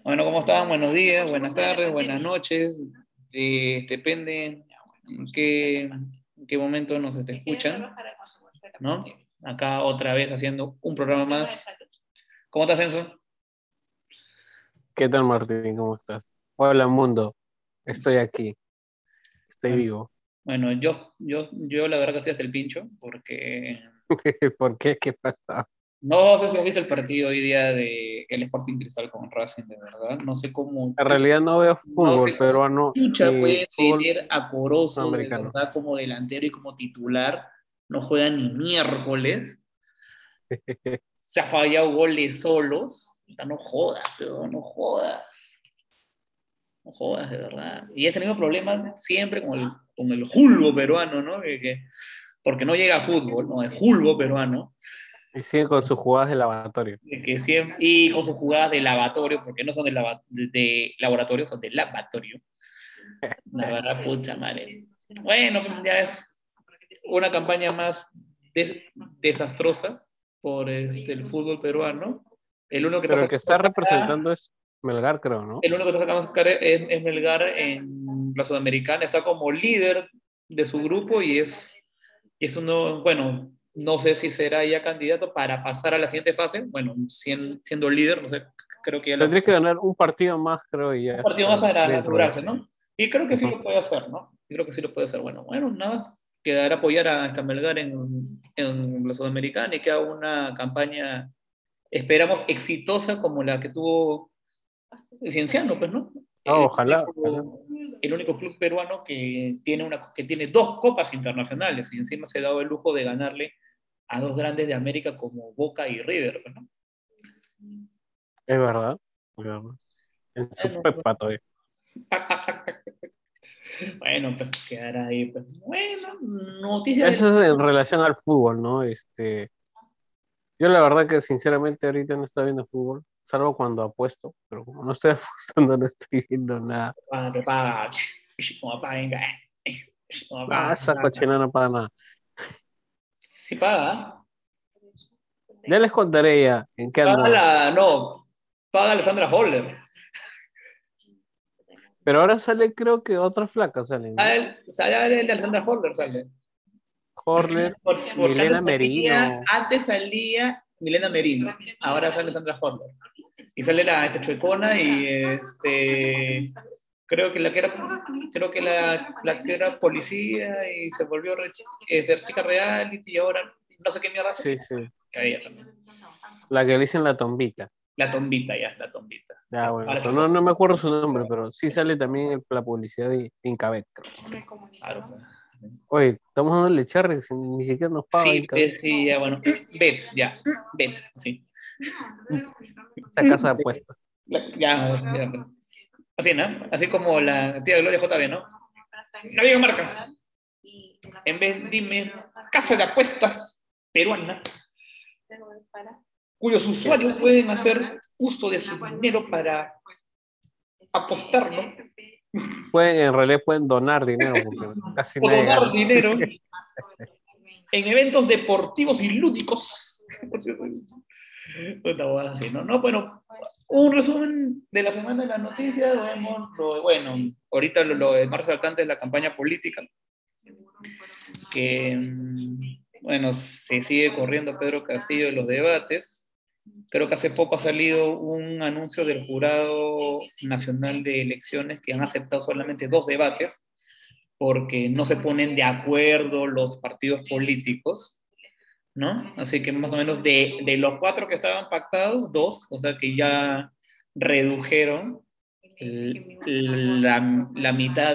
Bueno, ¿cómo están? Buenos días, buenas tardes, buenas noches. Depende en qué momento nos escuchan, ¿no? Acá otra vez haciendo un programa más. ¿Cómo estás, Enzo? ¿Qué tal, Martín? ¿Cómo estás? Hola, mundo. Estoy aquí. Estoy Bueno, vivo. bueno, yo la verdad que estoy hasta el pincho porque ¿Por qué? ¿Qué pasa? no sé si has visto el partido hoy día de el Sporting Cristal con Racing, de verdad. No sé cómo, En realidad no veo no fútbol sé cómo peruano Chucha ni puede fútbol tener a Corozo de sudamericano. verdad como delantero y como titular. No juega ni miércoles. Se ha fallado goles solos. No jodas, pero no jodas. No jodas, de verdad. Y es el mismo problema siempre con el julbo peruano, ¿no? Porque no llega a fútbol, ¿no? El julbo peruano. Y siguen con sus jugadas de lavatorio. Que siempre, y con sus jugadas de lavatorio, porque no son de laboratorio, son de lavatorio. La verdad, puta madre. Bueno, pues ya es una campaña más desastrosa por el fútbol peruano. El único que está Pero el que sacando está cara, representando es Melgar, creo, ¿no? el único que está sacando cara es Melgar en la Sudamericana. Está como líder de su grupo y es uno, bueno, no sé si será ya candidato para pasar a la siguiente fase. Bueno, siendo líder, no sé, creo que ya Tendría que ganar un partido más, creo, y ya un partido más está para dentro de asegurarse, eso. ¿no? Y creo que sí Ujú. lo puede hacer, ¿no? Y creo que sí lo puede hacer. Bueno, nada más quedará apoyar a esta Melgar en la Sudamericana y que haga una campaña, esperamos, exitosa como la que tuvo Cienciano, pues, ¿no? Oh, El ojalá, ojalá. único, el único club peruano que tiene dos copas internacionales y encima se ha dado el lujo de ganarle a dos grandes de América como Boca y River, pues, ¿no? Es verdad. Es verdad. En su Bueno, pepa todavía. bueno, pues quedará ahí. Pues. Bueno, noticias de la... Eso es en relación al fútbol, ¿no? Yo la verdad que sinceramente ahorita no estoy viendo fútbol, salvo cuando apuesto, pero como no estoy apostando no estoy viendo nada. Paga, no paga, no Ah, esa paga. cochina no paga nada. Sí paga. Ya les contaré ya en qué Paga ando. no, paga Alessandra Holler. Pero ahora sale, creo que otra flaca sale, ¿no? Sale el de Alessandra Holler, sale. Horler, Porque Milena Merino. antes salía Milena Merino, ahora sale Sandra Holler. Y sale esta chuecona y creo que la que era policía y se volvió ser chica reality y ahora no sé qué mierda hace. Sí, sí. Ella también. La que le dicen la tombita. La tombita ya, la tombita. Ya, bueno, Ahora pero chupa. no me acuerdo su nombre, pero sí sale también la publicidad de Incabet, creo. Claro, pues. Oye, estamos dando Cherry, ni siquiera nos paga Sí, Incabet. sí, ya, bueno. Bet, ya. Bet, sí. Esa casa de apuestas. Ya, pues. Así, ¿no? Así como la tía Gloria JB, ¿no? No digan marcas. En vez, dime, casa de apuestas peruana, cuyos Que usuarios pueden hacer uso de su dinero para apostarlo en realidad pueden donar dinero, porque casi o nadie donar gana. dinero en eventos deportivos y lúdicos. Una huevada así, ¿no? No, bueno, un resumen de la semana de las noticias, vemos bueno, ahorita lo de más resaltante es la campaña política, que, bueno, se sigue corriendo Pedro Castillo de los debates. Creo que hace poco ha salido un anuncio del Jurado Nacional de Elecciones que han aceptado solamente dos debates porque no se ponen de acuerdo los partidos políticos, ¿no? Así que más o menos de los cuatro que estaban pactados, dos, o sea que ya redujeron la mitad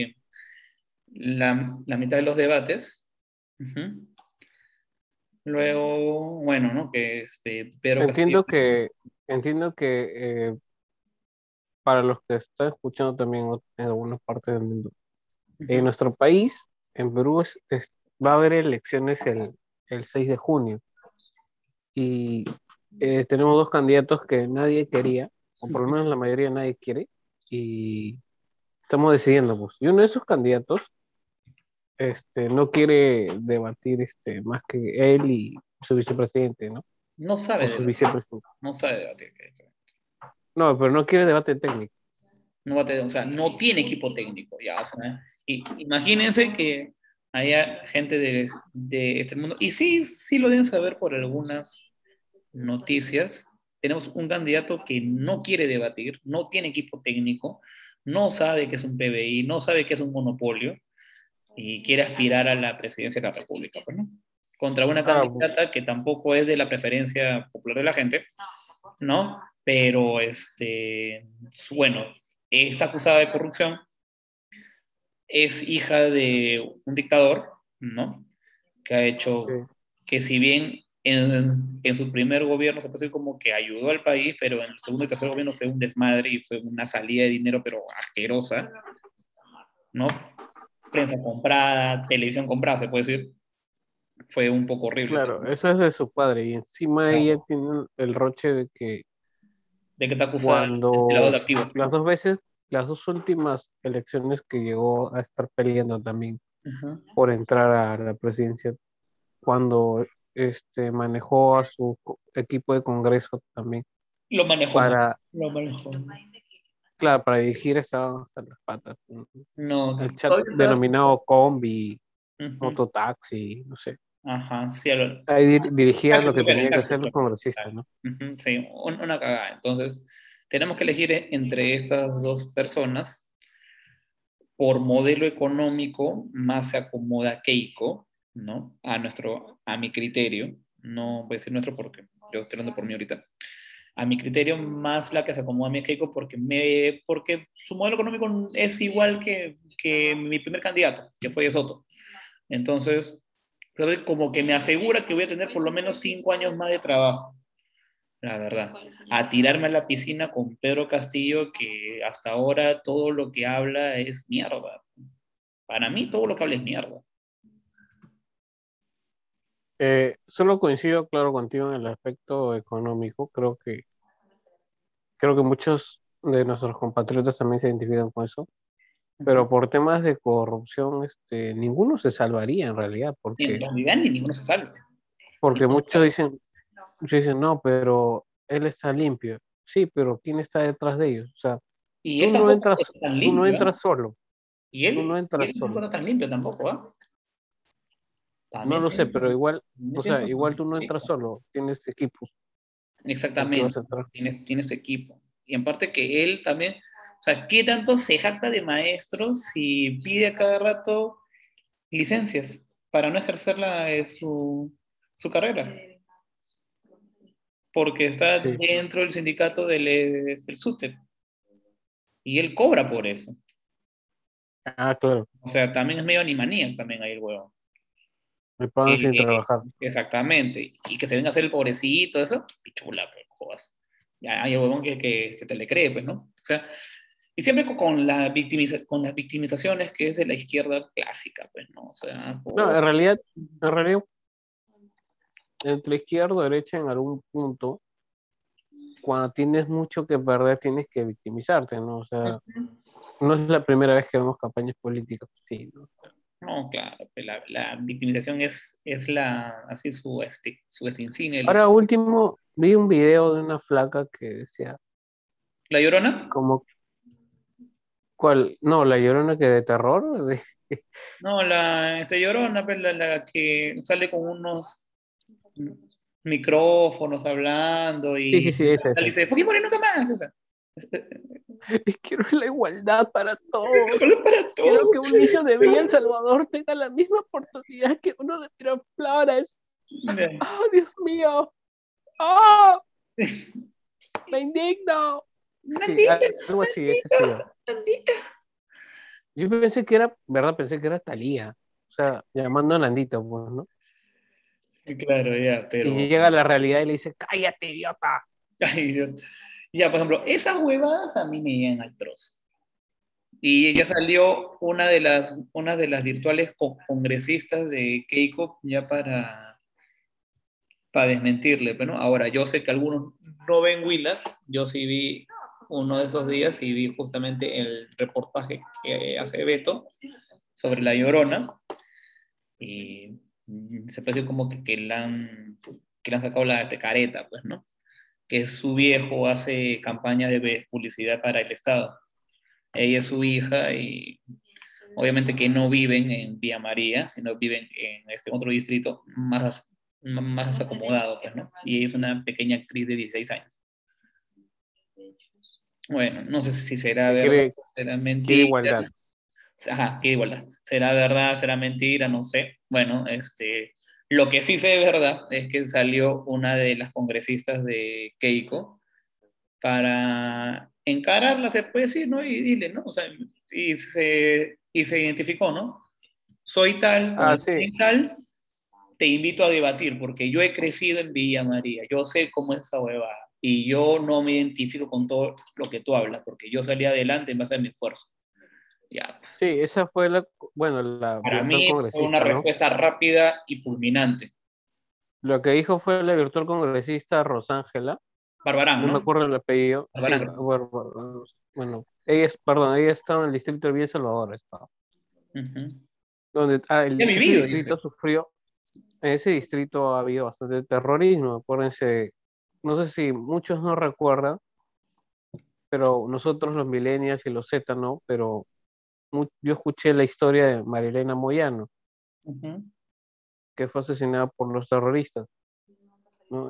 la mitad de los debates. Uh-huh. Luego, bueno, ¿no? Que Pedro Castillo. Entiendo que, entiendo que para los que están escuchando también en algunas partes del mundo, en Uh-huh. nuestro país, en Perú, va a haber elecciones el 6 de junio y tenemos dos candidatos que nadie quería, o por lo menos la mayoría nadie quiere, y estamos decidiendo, pues. Y uno de esos candidatos no quiere debatir más que él y su vicepresidente, ¿no? No O sabe sus debatir, vicepresidentes. no sabe debatir. No, pero no quiere debate técnico. No va a tener, o sea, no tiene equipo técnico, ya, o sea, imagínense que haya gente de este mundo, y sí, sí lo deben saber por algunas noticias. Tenemos un candidato que no quiere debatir, no tiene equipo técnico, no sabe qué es un PBI, no sabe qué es un monopolio, y quiere aspirar a la presidencia de la República, pues, ¿no? Contra una Ah, candidata que tampoco es de la preferencia popular de la gente, ¿no? Pero, bueno, está acusada de corrupción, es hija de un dictador, ¿no? Que ha hecho sí. que si bien en su primer gobierno se puede decir como que ayudó al país, pero en el segundo y tercer gobierno fue un desmadre y fue una salida de dinero, pero asquerosa, ¿no? Prensa comprada, televisión comprada, se puede decir, fue un poco horrible todo, Claro, ¿no? eso es de su padre. Y encima ella tiene el roche de que De que está acusada de lavado de cuando activos. las dos veces, las dos últimas elecciones que llegó a estar peleando también Ujú. por entrar a la presidencia, cuando manejó a su equipo de Congreso también Lo manejó mal, para, lo manejó mal. claro, para dirigir estaban hasta las patas. No, El chat todavía está. denominado Combi, Ujú. Mototaxi, no sé. Ajá, sí, Ahí dirigía taxi, lo que el tenía que taxi, hacer los congresistas, ¿no? Ujú, sí, una cagada. Entonces, tenemos que elegir entre estas dos personas. Por modelo económico, más se acomoda Keiko, ¿no? A mi criterio. No voy a decir nuestro porque yo estoy hablando por mí ahorita. A mi criterio, más la que se acomoda a mí es Keiko porque su modelo económico es igual que mi primer candidato, que fue de Soto. Entonces, ¿sabes? Como que me asegura que voy a tener por lo menos 5 años más de trabajo, la verdad. A tirarme a la piscina con Pedro Castillo, que hasta ahora todo lo que habla es mierda. Para mí todo lo que habla es mierda. Solo coincido, claro, contigo en el aspecto económico. Creo que muchos de nuestros compatriotas también se identifican con eso. Ujú. Pero por temas de corrupción, ninguno se salvaría en realidad, Y en realidad ni ninguno se salva. porque Ninguno se salva. muchos dicen, no, pero él está limpio. Sí, pero ¿quién está detrás de ellos? O sea, Y él tú no tampoco entras, es tan tú no limpio, ¿ah? entras solo, Y tú no él entras tampoco solo. está tan limpio tampoco, ¿ah? No También lo sé, pero igual, también o tiene sea, igual tú no entras equipo. solo, tienes equipos, ¿por qué vas Exactamente, a entrar? tiene este equipo. Y en parte que él también, o sea, ¿qué tanto se jacta de maestros si pide a cada rato licencias para no ejercer su carrera? Porque está Sí, dentro del sindicato del SUTEP y él cobra por eso. ah, claro, O sea, también es medio animanía también ahí el huevo. me pagan sin trabajar. Exactamente. Y que se venga a hacer el pobrecito, eso, pichula, pues, jodas. Ya hay el huevón que se te le cree, pues, ¿no? O sea, y siempre con las victimizaciones que es de la izquierda clásica, pues, ¿no? O sea, No, en realidad, entre izquierda y derecha en algún punto, cuando tienes mucho que perder, tienes que victimizarte, ¿no? O sea, no es la primera vez que vemos campañas políticas, sí, ¿no? no, claro, pues la victimización es así su insignia. Ahora último, vi un video de una flaca que decía, ¿La Llorona? como, ¿cuál? No, la Llorona que de terror, No, Llorona, pues, la que sale con unos micrófonos hablando Sí, sí, y sí, esa, esa. dice, Fujimori nunca más, esa. Quiero la igualdad para todos. Ojalá para Quiero que todos. un niño de Villa El Salvador tenga la misma oportunidad que uno de Miraflores. ¡Oh, Dios mío! ¡Oh! ¡Me indigno! Sí, Nandita, algo así, ese Nandita, estilo. Nandita. Yo pensé que era, ¿verdad? Pensé que era Thalía. O sea, llamando a Nandito, pues, ¿no? Claro, ya, Y pero. llega a la realidad y le dice, cállate, idiota. Ay, Dios. Ya, por ejemplo, esas huevadas a mí me llegan al trozo. Y ya salió una de las virtuales congresistas de Keiko ya para desmentirle, pero ¿no? Ahora, yo sé que algunos no ven Willax, yo sí vi uno de esos días y vi justamente el reportaje que hace Beto sobre La Llorona y se parece como que le han sacado la careta, pues, ¿no? que su viejo hace campaña de publicidad para el Estado. Ella es su hija y obviamente que no viven en Vía María, sino viven en este otro distrito más acomodado, pues, ¿no? Y ella es una pequeña actriz de 16 años. Bueno, no sé si será Que verdad, quiere, será quiere mentira. igualdad. Ajá, qué igualdad. ¿Será verdad, será mentira? No sé. Bueno, lo que sí sé de verdad es que salió una de las congresistas de Keiko para encararla, se puede decir, ¿no? Y dile, ¿no? O sea, y se identificó, ¿no? Soy tal, Ah, como sí. soy tal, te invito a debatir, porque yo he crecido en Villa María, yo sé cómo es esa huevada, y yo no me identifico con todo lo que tú hablas, porque yo salí adelante en base a mi esfuerzo. Ya, Sí, esa fue bueno, la para virtual mí fue una congresista, ¿no? respuesta rápida y fulminante. Lo que dijo fue la virtual congresista Rosángela, Barbarán, no me ¿no? acuerdo el apellido, sí, Barbarán. bueno, perdón, ella estaba en el distrito de Villa Salvador, estaba, Ujú. donde Ya ha ese vivido, distrito dice. sufrió, en ese distrito ha habido bastante terrorismo, acuérdense, no sé si muchos no recuerdan, pero nosotros los millennials y los Z, ¿no? Pero yo escuché la historia de Marilena Moyano, Ujú. que fue asesinada por los terroristas, ¿no?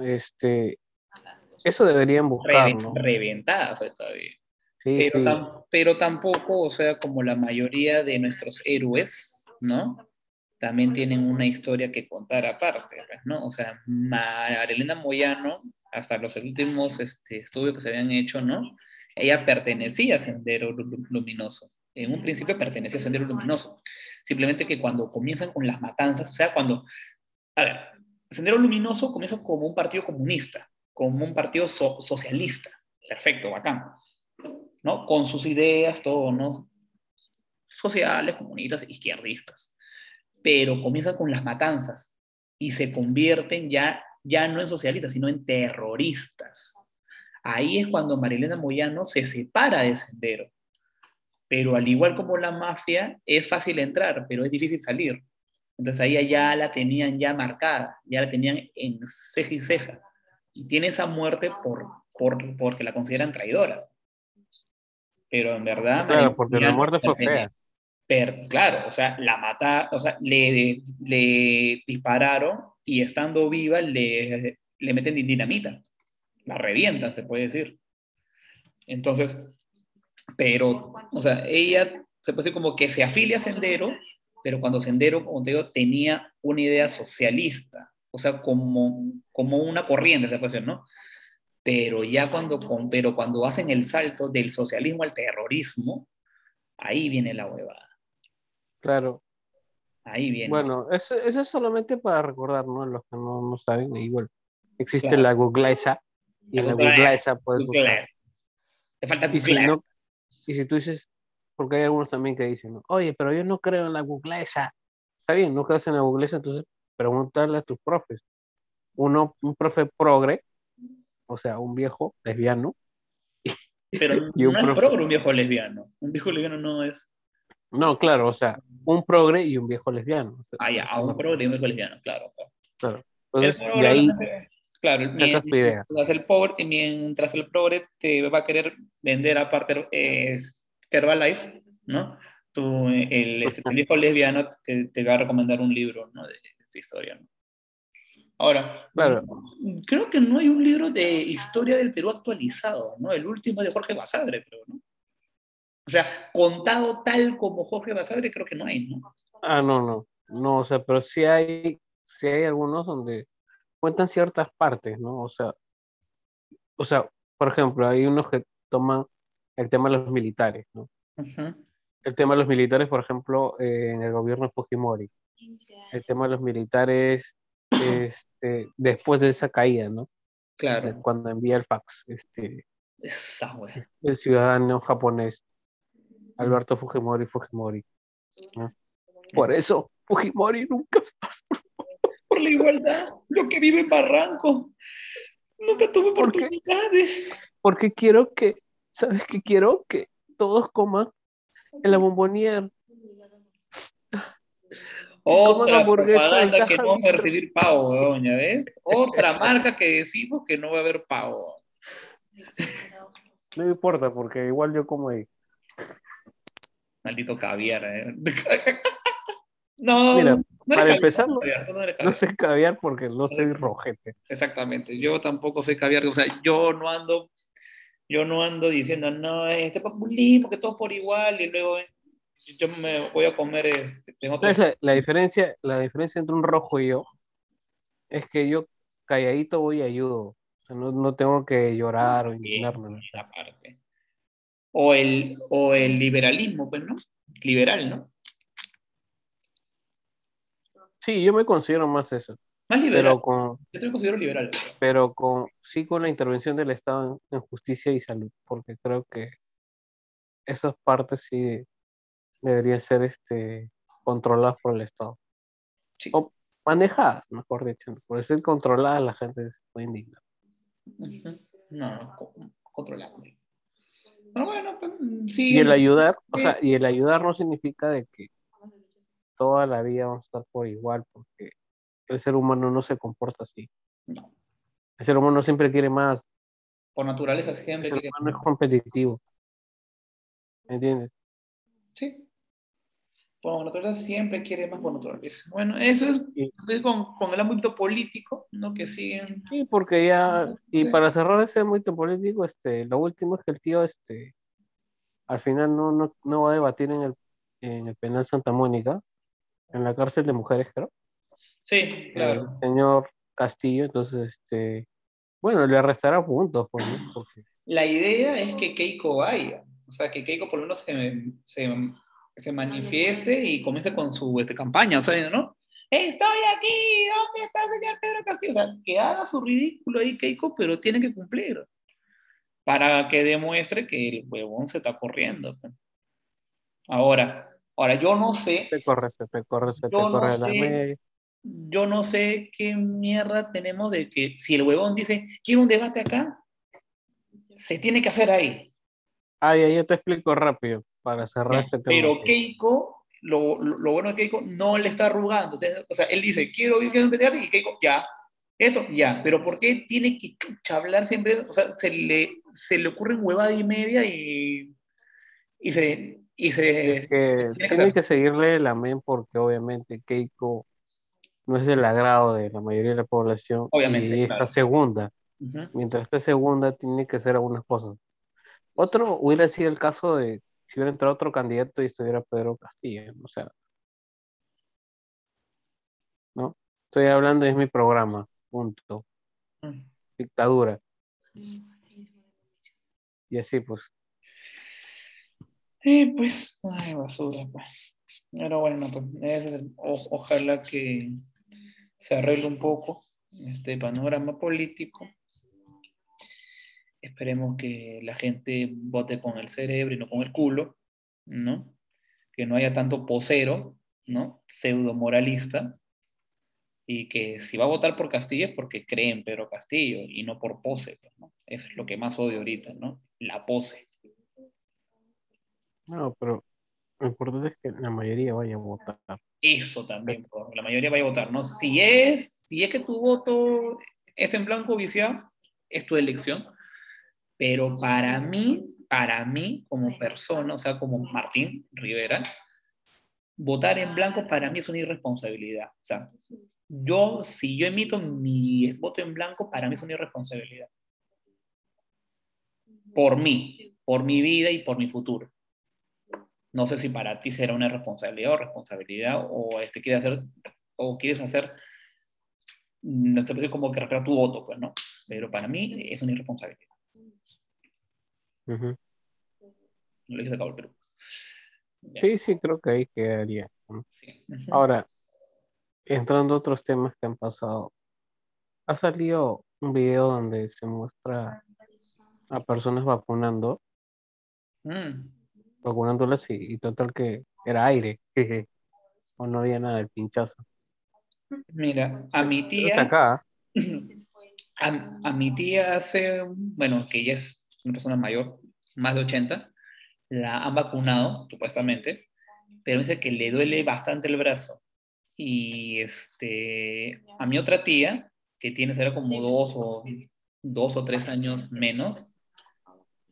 Eso deberían buscarlo. Reventada fue todavía. Sí, Pero, sí, pero tampoco, o sea, como la mayoría de nuestros héroes, ¿no? También tienen una historia que contar aparte, pues, ¿no? O sea, Marilena Moyano, hasta los últimos estudios que se habían hecho, ¿no? Ella pertenecía a Sendero Luminoso. En un principio pertenecía a Sendero Luminoso. Simplemente que cuando comienzan con las matanzas, o sea, a ver, Sendero Luminoso comienza como un partido comunista, como un partido socialista. Perfecto, bacán, ¿no? Con sus ideas, todo, ¿no? Sociales, comunistas, izquierdistas. Pero comienzan con las matanzas y se convierten ya no en socialistas, sino en terroristas. Ahí es cuando Marilena Moyano se separa de Sendero. Pero al igual como la mafia, es fácil entrar, pero es difícil salir. Entonces ahí ya la tenían ya marcada, ya la tenían en ceja y ceja. Y tiene esa muerte porque la consideran traidora. Pero en verdad, claro, Marilena porque la Moyano muerte fue fea. claro, o sea, o sea, le dispararon y estando viva le meten dinamita, la revientan, se puede decir. Entonces, pero, o sea, ella se puede decir como que se afilia a Sendero, pero cuando Sendero, como te digo, tenía una idea socialista, o sea, como una corriente, se puede decir, ¿no? Pero cuando hacen el salto del socialismo al terrorismo, ahí viene la huevada, Claro. ahí viene. Bueno, eso es solamente para recordar, ¿no? Los que no saben, igual. Existe Claro, la Googleza y la en la Google, Googleza puedes buscar. Google, te falta Y si Google. no, y si tú dices, porque hay algunos también que dicen, ¿no? Oye, pero yo no creo en la Googleza. Está bien, no crees en la Googleza, entonces pregúntale a tus profes. Un profe progre, o sea, un viejo lesbiano, Pero y un no es profe, progre un viejo lesbiano. Un viejo lesbiano no es. no, claro, o sea, un progre y un viejo lesbiano. O sea, Ah, ya, a a eso me un progre refiero. y un viejo lesbiano, claro, claro. Claro. El Entonces, de progre, ahí claro, sacas tu idea. mientras el progre te va a querer vender aparte Herbalife, ¿no? El viejo lesbiano te va a recomendar un libro, ¿no? De esta historia, ¿no? Ahora, Claro, creo que no hay un libro de historia del Perú actualizado, ¿no? El último es de Jorge Basadre, creo, ¿no? O sea, contado tal como Jorge Basadre, creo que no hay, ¿no? no, o sea, pero sí hay algunos donde cuentan ciertas partes, ¿no? O sea, por ejemplo, hay unos que toman el tema de los militares, ¿no? Ujú. El tema de los militares, por ejemplo, en el gobierno de Fujimori. El tema de los militares, después de esa caída, ¿no? De Claro, cuando envía el fax, esa wea. el ciudadano japonés, Alberto Fujimori, ¿no? Por eso, Fujimori nunca, Por la igualdad, yo que vivo en Barranco, nunca tuve porque, oportunidades. porque ¿sabes qué quiero? Que todos coman en la bombonier, que coman Otra hamburguesa en propaganda que caja no vamos a Bistro. recibir pago, weón, ¿ya ves? Otra marca que decimos que no va a haber pago. No me importa porque igual yo como ahí. Maldito caviar, ¿eh? No, Mira, no eres para caviar, empezar, no eres no caviar. sé caviar porque no No eres soy caviar. rojete. Exactamente, yo tampoco soy caviar, o sea, yo no ando diciendo, no, este populismo, que todo por igual, y luego yo me voy a comer en otros. Entonces, la diferencia entre un rojo y yo es que yo calladito voy y ayudo. O sea, no tengo que llorar o Bien, indignarme. ¿No? aparte. O el liberalismo, pues, ¿no? Liberal, ¿no? Sí, yo me considero más eso, Más liberal. pero con, Yo te considero liberal. sí con la intervención del Estado en justicia y salud, porque creo que esas partes sí deberían ser controladas por el Estado. Sí. O manejadas, mejor dicho. ¿No? Por decir controladas, la gente se puede indignar. Ujú. No, no, controlable. Pero bueno, pues, Y siguen el los... ayudar, o sea, y el ayudar no significa de que toda la vida vamos a estar por igual, porque el ser humano no se comporta así. No, El ser humano siempre quiere más, por naturaleza el siempre ser quieren... humano es competitivo, ¿me entiendes? Sí, por naturaleza siempre quiere más por naturaleza. Bueno, eso es con el ámbito político, ¿no? Que siguen... Sí, porque ya, y Sí, para cerrar ese ámbito político, lo último es que el tío, al final no va a debatir en el penal Santa Mónica, en la cárcel de mujeres, creo, sí, el claro. señor Castillo, entonces, bueno, le restará puntos, pues, ¿no? Porque, La idea es que Keiko vaya, o sea, que Keiko por lo menos se manifieste y comience con su campaña, o sea, ¿no? Estoy aquí, ¿dónde está el señor Pedro Castillo? O sea, que haga su ridículo ahí Keiko, pero tiene que cumplir para que demuestre que el huevón se está corriendo, pues. Ahora, se te yo no corre a la sé, media. yo no sé qué mierda tenemos de que si el huevón dice, quiero un debate acá, se tiene que hacer ahí. Ah, ya, yo te explico rápido, para cerrar Ya. este tema. Pero Keiko, lo bueno de Keiko, no le está arrugando. O sea, él dice, quiero ir a un debate y Keiko, ya. Esto, ya. Pero ¿por qué tiene que chucha, hablar siempre? O sea, se le ocurre huevada y media y Es se que tiene que tiene hacer. que seguirle la men porque obviamente Keiko no es del agrado de la mayoría de la población y Obviamente, esta claro. segunda, Ujú. mientras esté segunda tiene que hacer algunas cosas. Otro hubiera sido el caso de si hubiera entrado otro candidato y estuviera Pedro Castillo, o sea, ¿no? Estoy hablando, es mi programa, punto. Dictadura. Y así pues. Pues, ay, basura, pues. Pero bueno, pues, ojalá que se arregle un poco este panorama político. Esperemos que la gente vote con el cerebro y no con el culo, ¿no? Que no haya tanto posero, ¿no? Pseudo moralista, y que si va a votar por Castillo es porque cree en Pedro Castillo y no por pose, pues, ¿no? Eso es lo que más odio ahorita, ¿no? La pose. No, pero lo importante es que la mayoría vaya a votar. Eso también, por la mayoría va a votar, ¿no? Si es que tu voto es en blanco viciado, es tu elección, pero para mí como persona, o sea, como Martín Rivera, votar en blanco para mí es una irresponsabilidad. O sea, si yo emito mi voto en blanco, para mí es una irresponsabilidad. Por mi vida y por mi futuro. No sé si para ti será una responsabilidad o quieres hacer una especie como que respetar tu voto, pues, ¿no? Pero para mí es una irresponsabilidad. Ujú. Lo que se acabó el Perú. Ya. Sí, sí, creo que ahí quedaría. ¿No? Sí. Uh-huh. Ahora, entrando a otros temas que han pasado, ha salido un video donde se muestra a personas Mm. vacunándolas y total que era aire, jeje, o no había nada del pinchazo. Mira, Creo que acá, a mi tía hace, bueno, que ella es una persona mayor, más de 80, la han vacunado, supuestamente, pero dice que le duele bastante el brazo. Y a mi otra tía, que tiene será como 2 o 3 años menos,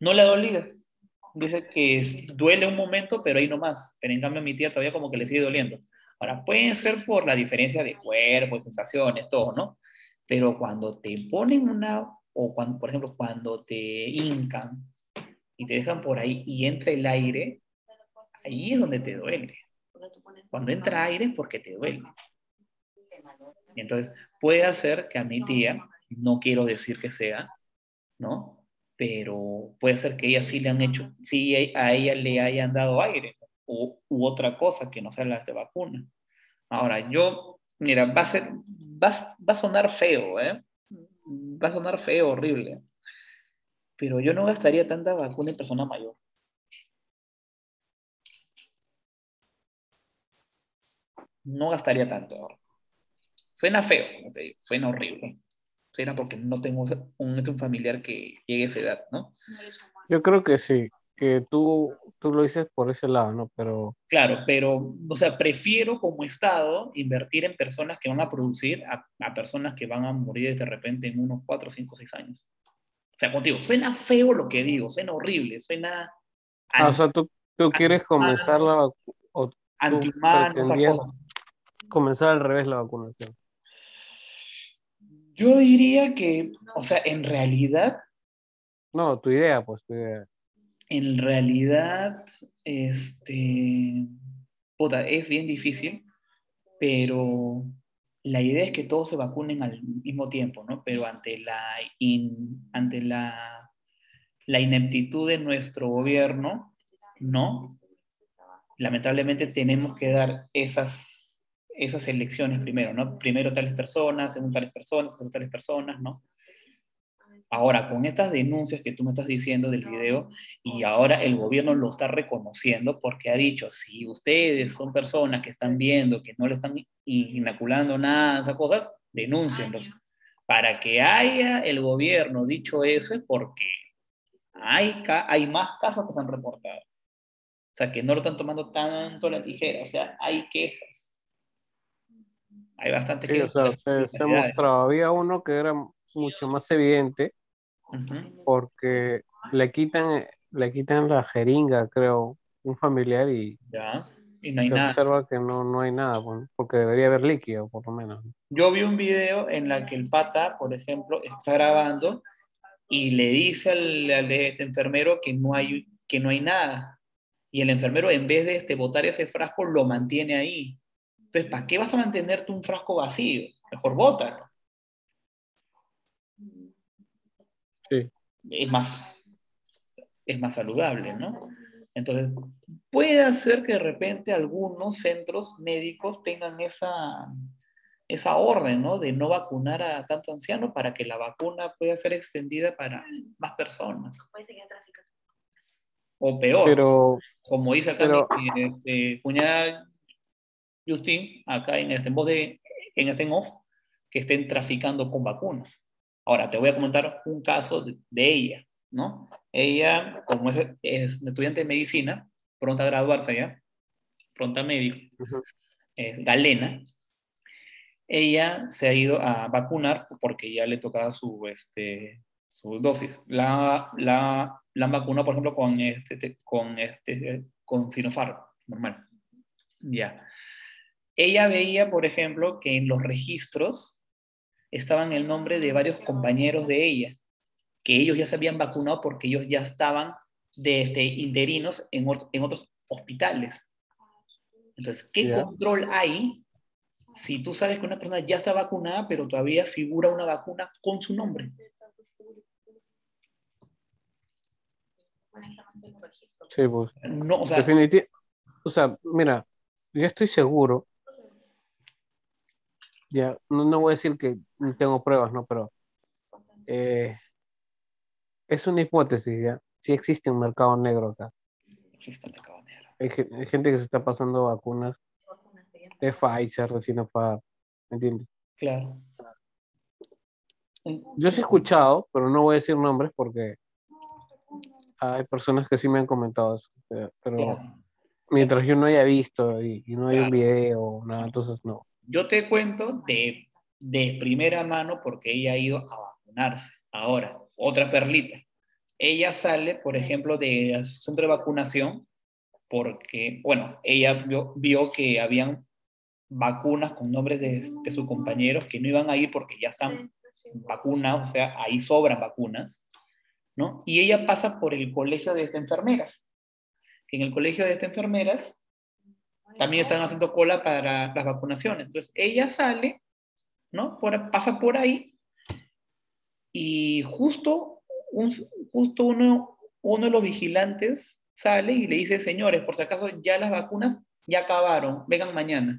No le ha dolido. Dice que duele un momento, pero ahí no más. Pero en cambio a mi tía todavía como que le sigue doliendo. Ahora, puede ser por la diferencia de cuerpo, sensaciones, todo, ¿no? Pero cuando te ponen o cuando, por ejemplo, cuando te hincan y te dejan por ahí y entra el aire, ahí es donde te duele. Cuando entra aire es porque te duele. Entonces, puede hacer que a mi tía, no quiero decir que sea, ¿no? Pero puede ser que ella sí le han hecho, sí a ella le hayan dado aire u otra cosa que no sean las de vacuna. Ahora, mira, va a sonar feo, ¿eh? Va a sonar feo, horrible, pero yo no gastaría tanta vacuna en persona mayor. No gastaría tanto ahora. Suena feo, como te digo, suena horrible. Suena porque no tengo un familiar que llegue a esa edad, ¿no? Yo creo que sí, que tú lo dices por ese lado, ¿no? Pero, Claro, pero, o sea, prefiero como Estado invertir en personas que van a producir a personas que van a morir de repente en unos 4, 5, 6 años. O sea, contigo, suena feo lo que digo, suena horrible, suena o sea, tú quieres comenzar antihumano, o tú antihumano, esas pretendías cosas. comenzar al revés la vacunación. Yo diría que, o sea, No, tu idea, pues tu idea. en realidad, puta, es bien difícil, pero la idea es que todos se vacunen al mismo tiempo, ¿no? Pero ante la ineptitud de nuestro gobierno, ¿no? Lamentablemente tenemos que dar esas elecciones primero, ¿no? Primero tales personas, según tales personas, según tales personas, ¿no? Ahora, con estas denuncias que tú me estás diciendo del video, y ahora el gobierno lo está reconociendo porque ha dicho, si ustedes son personas que están viendo que no le están inoculando nada, esas cosas, denúncienlos. Para que haya el gobierno dicho eso es porque hay más casos que se han reportado. O sea, que no lo están tomando tanto a la ligera. O sea, hay quejas. Hay bastantes Sí, o quejas de sea, las se autoridades. mostraba, había uno que era mucho más evidente Ujú. porque le quitan la jeringa, creo, un familiar Ya, y no hay se nada. observa que no hay nada, bueno, porque debería haber líquido, por lo menos, ¿no? Yo vi un video en la que el pata, por ejemplo, está grabando y le dice al de este enfermero que no hay nada. Y el enfermero, en vez de botar ese frasco, lo mantiene ahí. Entonces, ¿para qué vas a mantenerte un frasco vacío? Mejor bótalo. Sí, Es más, es más saludable, ¿no? Entonces, puede ser que de repente algunos centros médicos tengan esa orden, ¿no? De no vacunar a tanto anciano para que la vacuna pueda ser extendida para más personas. O peor, pero, como dice acá mi pero, cuñada Justin, acá en off, que estén traficando con vacunas. Ahora, te voy a comentar un caso de ella, ¿no? Ella, como es una estudiante de medicina, pronta a graduarse ya, pronta médico, ujú, es galena, ella se ha ido a vacunar porque ya le tocaba su dosis. La han vacunado, por ejemplo, con Sinopharm, normal. Ya. Ella veía, por ejemplo, que en los registros estaban el nombre de varios compañeros de ella, que ellos ya se habían vacunado porque ellos ya estaban interinos en otros hospitales. Entonces, ¿qué ya, control hay si tú sabes que una persona ya está vacunada, pero todavía figura una vacuna con su nombre? sí, pues, No, o sea, definitivamente, o sea, mira, yo estoy seguro, ya, no voy a decir que no tengo pruebas, ¿no? Pero eh, es una hipótesis, ¿ya? Sí existe un mercado negro acá. existe el mercado negro. Hay gente que se está pasando vacunas de Pfizer, de Sinopharm, ¿me entiendes? Claro. Yo sí he escuchado, pero no voy a decir nombres porque hay personas que sí me han comentado eso. Pero Claro. mientras yo no haya visto y no hay un Claro. video o nada, entonces no. Yo te cuento de primera mano porque ella ha ido a vacunarse. Ahora, otra perlita. ella sale, por ejemplo, de su centro de vacunación porque, bueno, ella vio que habían vacunas con nombres de sus compañeros que no iban a ir porque ya están vacunados, o sea, ahí sobran vacunas, ¿no? Y ella pasa por el colegio de enfermeras. En el colegio de enfermeras también están haciendo cola para las vacunaciones. Entonces, ella sale, ¿no? Pasa por ahí y un, justo uno de los vigilantes sale y le dice, señores, por si acaso ya las vacunas ya acabaron, vengan mañana.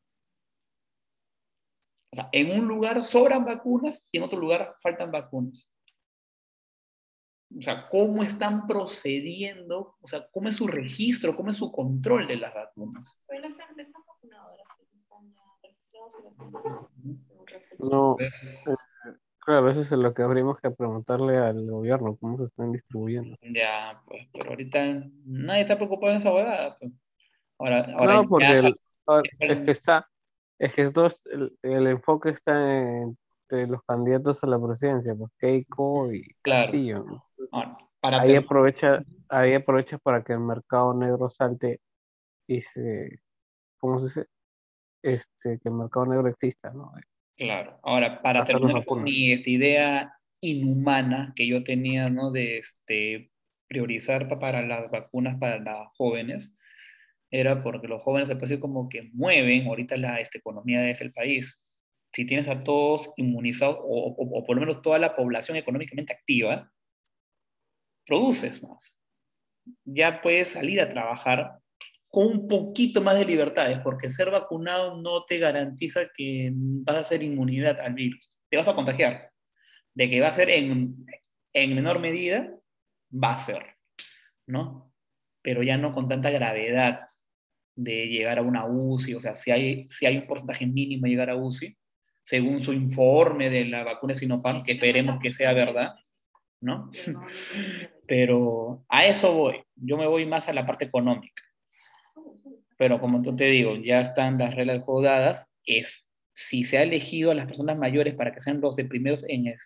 O sea, en un lugar sobran vacunas y en otro lugar faltan vacunas. O sea, cómo están procediendo, o sea, cómo es su registro, cómo es su control de las vacunas. Pero las empresas vacunadoras están ya registradas. No, eh, Pues, claro, eso es lo que habríamos que preguntarle al gobierno, cómo se están distribuyendo. ya, pues, pero ahorita nadie está preocupado en esa huevada. Pues. Ahora No, ya, porque es que es que el enfoque está entre los candidatos a la presidencia, pues Keiko y claro, Castillo, ¿no? Entonces, ahora, para ahí Perú, aprovecha, ahí aprovecha para que el mercado negro salte y ¿cómo se dice? Que el mercado negro exista, ¿no? claro, ahora para Pasar las terminar con vacunas. mi idea inhumana que yo tenía, ¿no? De priorizar para las vacunas para las jóvenes, era porque los jóvenes se parece como que mueven ahorita la economía del país. Si tienes a todos inmunizados o por lo menos toda la población económicamente activa, produces más. Ya puedes salir a trabajar con un poquito más de libertades, porque ser vacunado no te garantiza que vas a hacer inmunidad al virus. Te vas a contagiar. De que va a ser en menor medida, va a ser, ¿no? Pero ya no con tanta gravedad de llegar a una UCI, o sea, si hay un porcentaje mínimo de llegar a UCI, según su informe de la vacuna Sinopharm, que esperemos que sea verdad, ¿no? Pero a eso voy, yo me voy más a la parte económica, pero como tú te digo, ya están las reglas dadas, es si se ha elegido a las personas mayores para que sean los de primeros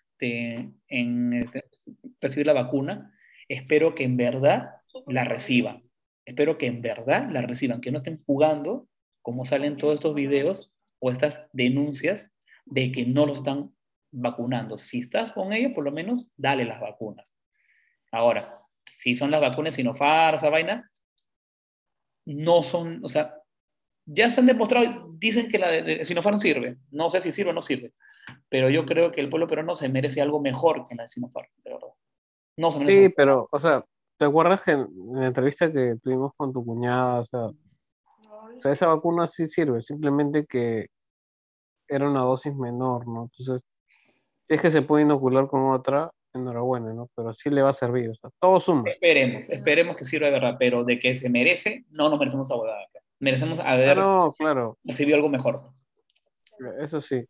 en recibir la vacuna, espero que en verdad la reciban. Espero que en verdad la reciban, que no estén jugando, como salen todos estos videos o estas denuncias de que no lo están vacunando. Si estás con ellos, por lo menos dale las vacunas. Ahora, si son las vacunas Sinopharm, esa vaina, no son, o sea, ya se han demostrado, dicen que la de Sinopharm sirve. No sé si sirve o no sirve, pero yo creo que el pueblo peruano se merece algo mejor que la de Sinopharm, de verdad. No se merece. Sí, pero, o sea, ¿te acuerdas que en la entrevista que tuvimos con tu cuñada, o sea, esa vacuna sí sirve, simplemente que era una dosis menor, ¿no? Entonces, si es que se puede inocular con otra, enhorabuena, ¿no? Pero sí le va a servir, o sea, todo suma. Esperemos que sirva de verdad, pero de que se merece, no nos merecemos esa huevada acá. Merecemos Ah, haber no, claro, recibido algo mejor. eso sí.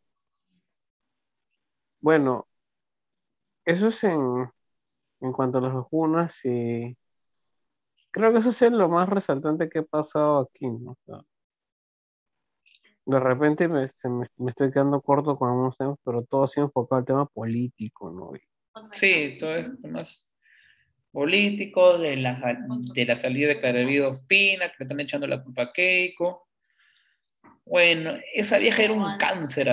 Bueno, eso es en cuanto a las vacunas y creo que eso es lo más resaltante que ha pasado aquí, ¿no? O sea, de repente me estoy quedando corto con algunos temas, pero todo ha sido enfocado al tema político, ¿no? Sí, todo esto más político, de la salida de Clarevido Ospina, que le están echando la culpa a Keiko. Bueno, esa vieja era un cáncer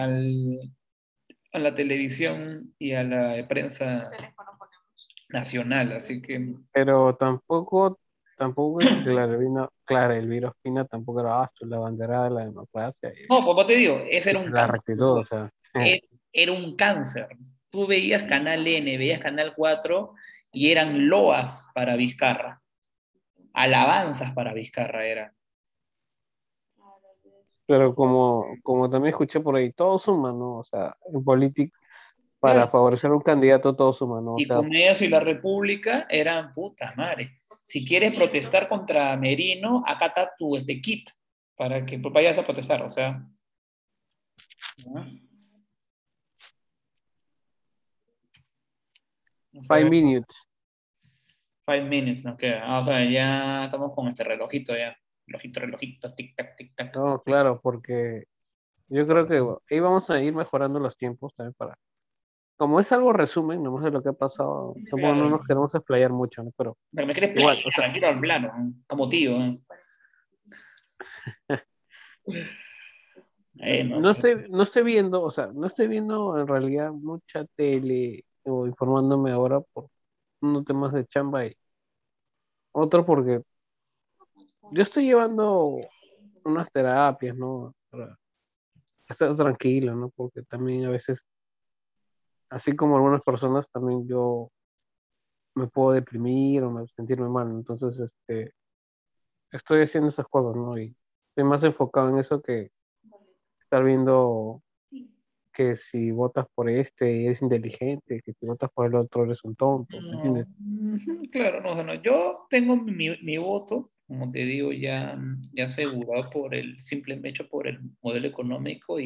a la televisión y a la prensa nacional, así que Pero tampoco es que Clara Elvira Ospina tampoco era la bandera de la democracia no, como te digo, ese era un la cáncer. rectitud, o sea, Era un cáncer. Tú veías Canal N, veías Canal 4 y eran loas para Vizcarra, alabanzas para Vizcarra eran. pero como también escuché por ahí, todo suma, ¿no? O sea, en política, para Claro, favorecer a un candidato, todo suma, ¿no? O y sea, Comeas y la República eran puta madre. Si quieres protestar contra Merino, acá está tu kit para que vayas a protestar, o sea, ¿no? Vamos a 5 minutes. 5 minutes nos queda. O sea, ya estamos con este relojito ya. Relojito, tic tac, tic tac. No, claro, porque yo creo que ahí vamos a ir mejorando los tiempos también como es algo resumen, no sé lo que ha pasado, tampoco no Claro, nos queremos explayar mucho, ¿no? Pero pero me quieres igual, o sea, playar, quiero hablar, ¿no? Como tío, ¿no? No, pues, no estoy viendo, o sea, no estoy viendo en realidad mucha tele o informándome ahora por unos temas de chamba y otro porque yo estoy llevando unas terapias, ¿no? Para estar tranquilo, ¿no? Porque también a veces, así como algunas personas, también yo me puedo deprimir o sentirme mal. Entonces, estoy haciendo esas cosas, ¿no? Y estoy más enfocado en eso que estar viendo que si votas por este eres inteligente, que si votas por el otro eres un tonto, ¿me entiendes? no, ujú, claro, no, o sea, no, yo tengo mi voto, como te digo, ya asegurado por el simple hecho por el modelo económico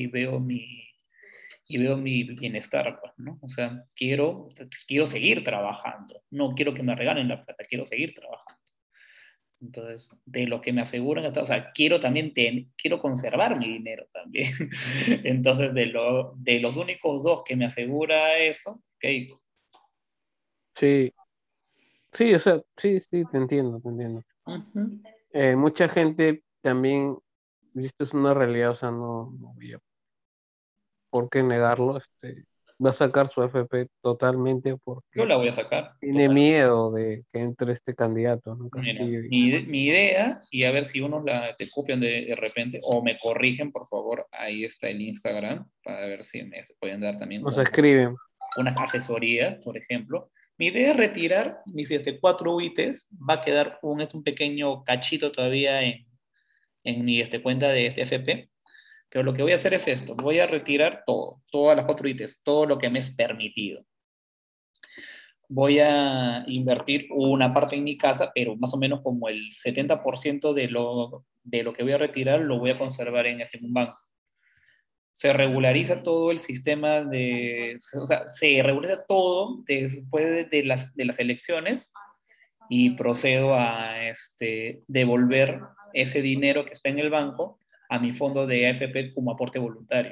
y veo mi bienestar, pues, ¿no? O sea, quiero seguir trabajando, no quiero que me regalen la plata, quiero seguir trabajando. Entonces, de lo que me aseguran, o sea, quiero conservar mi dinero también. Entonces, de los únicos dos que me asegura eso, ok. Sí, sí, o sea, sí, sí, te entiendo, te entiendo. Ujú. Mucha gente también, y esto es una realidad, o sea, no voy a por qué negarlo, va a sacar su FP totalmente Yo porque la voy a sacar. tiene miedo de que entre este candidato, ¿no? Mira, Castillo. mi idea, y a ver si unos te copian de repente o me corrigen, por favor, ahí está el Instagram, para ver si me pueden dar también Nos escriben. unas asesorías, por ejemplo. Mi idea es retirar mis 4 UITs, va a quedar un pequeño cachito todavía en mi cuenta de este FP, pero lo que voy a hacer es esto, voy a retirar todo, todas las 4 UITs, todo lo que me es permitido. Voy a invertir una parte en mi casa, pero más o menos como el 70% de lo que voy a retirar lo voy a conservar en un banco. Se regulariza todo el sistema o sea, se regulariza todo después de las elecciones y procedo a devolver ese dinero que está en el banco a mi fondo de AFP como aporte voluntario.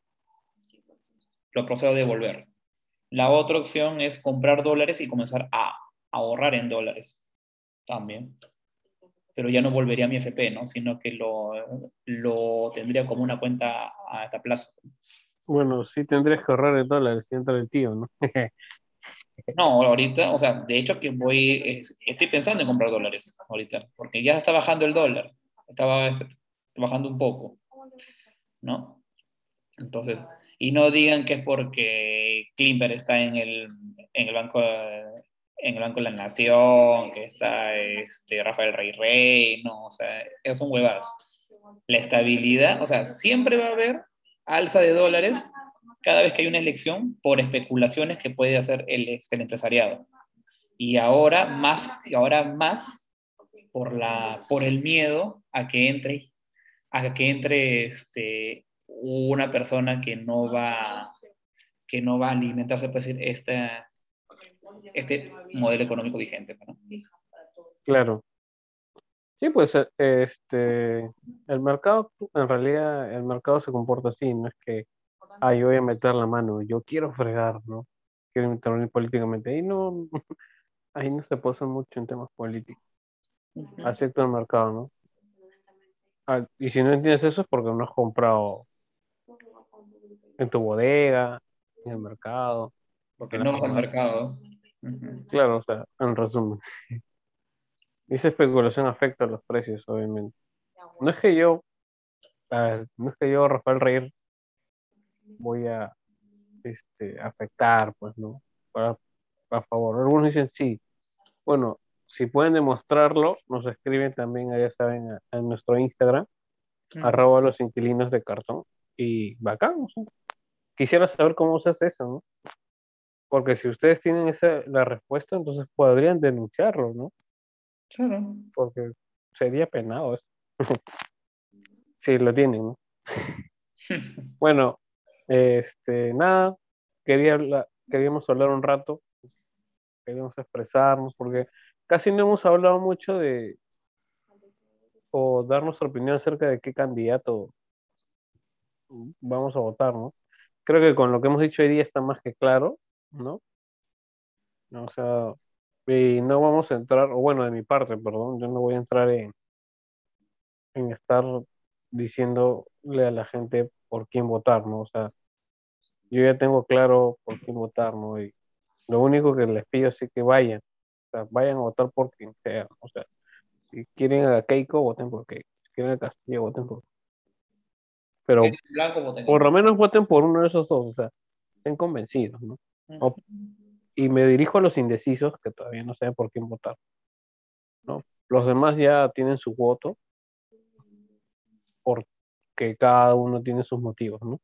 Lo procedo a devolver. La otra opción es comprar dólares y comenzar a ahorrar en dólares también. Pero ya no volvería a mi FP, ¿no? Sino que lo tendría como una cuenta a esta plazo. Bueno, sí tendrías que ahorrar en dólares si entra el tío, ¿no? No, ahorita, o sea, de hecho que estoy pensando en comprar dólares ahorita, porque ya está bajando el dólar, estaba bajando un poco, ¿no? Entonces, y no digan que es porque Klimper está en el banco, en el Banco de la Nación, que está Rafael Rey, no, o sea, es un huevazo. La estabilidad, o sea, siempre va a haber alza de dólares cada vez que hay una elección por especulaciones que puede hacer el empresariado. Y ahora más por el miedo a que entre una persona que no va a alimentarse, puede decir, este modelo económico vigente, ¿no? Claro. Sí, pues el mercado, en realidad, el mercado se comporta así, no es que, yo voy a meter la mano, yo quiero fregar, ¿no? Quiero intervenir políticamente. Ahí no, ahí no se posa mucho en temas políticos. Acepto el mercado, ¿no? Y si no entiendes eso es porque no has comprado en tu bodega, en el mercado, Porque en la no vas al farmacia. mercado. Ujú. Claro, o sea, en resumen. Esa especulación afecta a los precios, obviamente. No es que yo, no es que yo, Rafael Reyes, voy a afectar, pues, ¿no? Para, a favor. Algunos dicen sí. Bueno, si pueden demostrarlo, nos escriben también, ya saben, a nuestro Instagram, Ujú. @los inquilinos de cartón. Y bacán, o sea, quisiera saber cómo se hace eso, ¿no? Porque si ustedes tienen la respuesta, entonces podrían denunciarlo, ¿no? Claro. Porque sería penado eso, si lo tienen, ¿no? Bueno, nada, queríamos hablar un rato, queríamos expresarnos, porque casi no hemos hablado mucho o dar nuestra opinión acerca de qué candidato vamos a votar, ¿no? creo que con lo que hemos dicho hoy día está más que claro, ¿no? No, o sea, y no vamos a entrar, o bueno, de mi parte, perdón, yo no voy a entrar en estar diciéndole a la gente por quién votar, ¿no? O sea, yo ya tengo claro por quién votar, ¿no? Y lo único que les pido es que vayan, o sea, vayan a votar por quien sea, ¿no? O sea, si quieren a Keiko, voten por Keiko, si quieren a Castillo, voten por... Pero En blanco voten por en lo menos voten por uno de esos dos, o sea, estén convencidos, ¿no? O- blanco. y me dirijo a los indecisos que todavía no saben por quién votar, ¿no? Los demás ya tienen su voto porque cada uno tiene sus motivos, ¿no?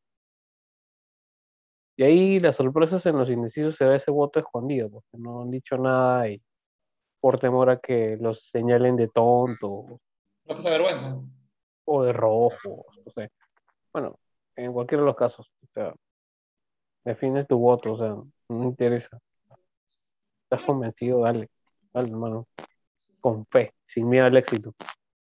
Y ahí las sorpresas en los indecisos será ese voto escondido, porque no han dicho nada y por temor a que los señalen de tonto Lo que se avergüenza. o de rojo, no sé. Bueno, en cualquiera de los casos, o sea, define tu voto, o sea, no me interesa. ¿Estás convencido? Dale, dale, hermano, con fe, sin miedo al éxito.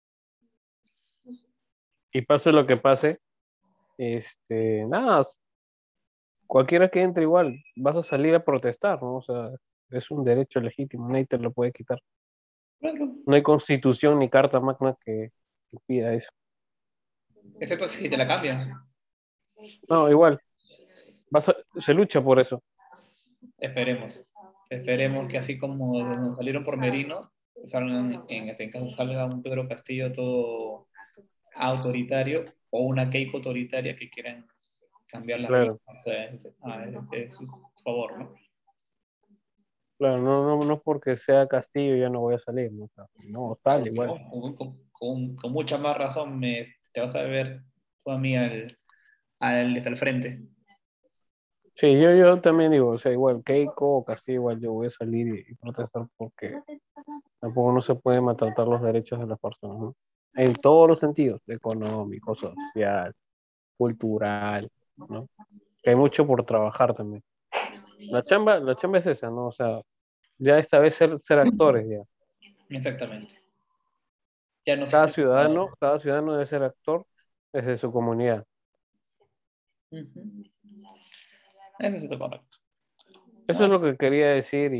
Y pase lo que pase, nada, cualquiera que entre igual, vas a salir a protestar, ¿no? O sea, es un derecho legítimo, nadie te lo puede quitar. Claro. No hay constitución ni carta magna que pida eso. Excepto si te la cambian. No, igual, se lucha por eso. Esperemos. Esperemos que así como nos salieron por Merino, salgan, en este caso salga un Pedro Castillo todo autoritario o una Keiko autoritaria que quieran cambiar las reglas Claro, a su favor, ¿no? claro, no porque sea Castillo ya no voy a salir, ¿no? O sea, no, tal, Claro, igual. no, con mucha más razón te vas a ver tú a mí al desde el frente. Sí, yo también digo, o sea, igual Keiko o Castillo, igual yo voy a salir y protestar porque tampoco no se puede maltratar los derechos de las personas, ¿no? En todos los sentidos, económico, social, cultural, ¿no? Que hay mucho por trabajar también. La chamba es esa, ¿no? O sea, ya esta vez ser actores, ya. Exactamente. Ya no Cada siempre. ciudadano, cada ciudadano debe ser actor desde su comunidad. Ujú. Eso sí está correcto. Eso es No, lo que quería decir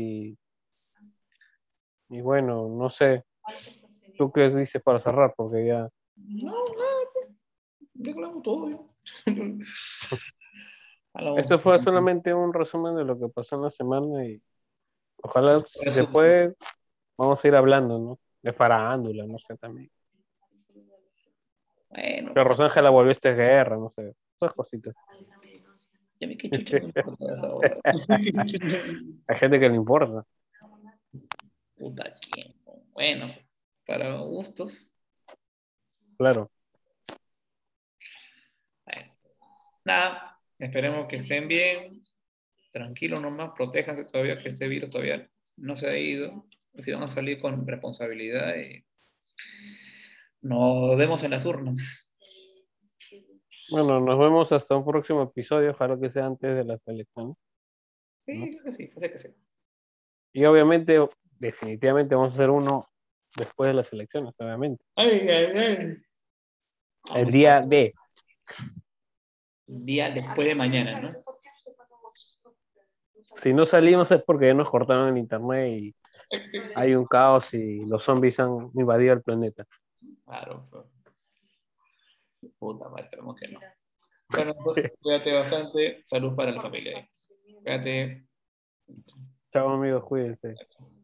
y bueno, no sé, ¿tú qué dices para cerrar? Porque ya, no, ya hablamos todo. Ya. Hablamos esto fue solamente un resumen de lo que pasó en la semana y ojalá, si se resumen. puede, vamos a ir hablando, ¿no? De farándula, no sé, también. Bueno, Que Rosángela volvió a esta guerra, no sé, esas cositas. ya me qué chucha me importa esa hora. Hay gente que le importa, Puta quién. Bueno, para gustos. claro. Bueno, nada, esperemos que estén bien, tranquilos nomás, protéjanse todavía, que este virus todavía no se ha ido. Si van a salir con responsabilidad y nos vemos en las urnas. Bueno, nos vemos hasta un próximo episodio, ojalá que sea antes de las elecciones, ¿no? Sí, creo que sí, parece que sí. Y obviamente, definitivamente vamos a hacer uno después de las elecciones, obviamente. Ay, ay, ay. El Vamos, día de, un día después de mañana, ¿no? si no salimos es porque ya nos cortaron el internet y hay un caos y los zombies han invadido el planeta. Claro, pues, puta madre, esperemos que no. Bueno, pues, cuídate bastante, salud para la familia. Cuídate. Chao amigos, cuídense.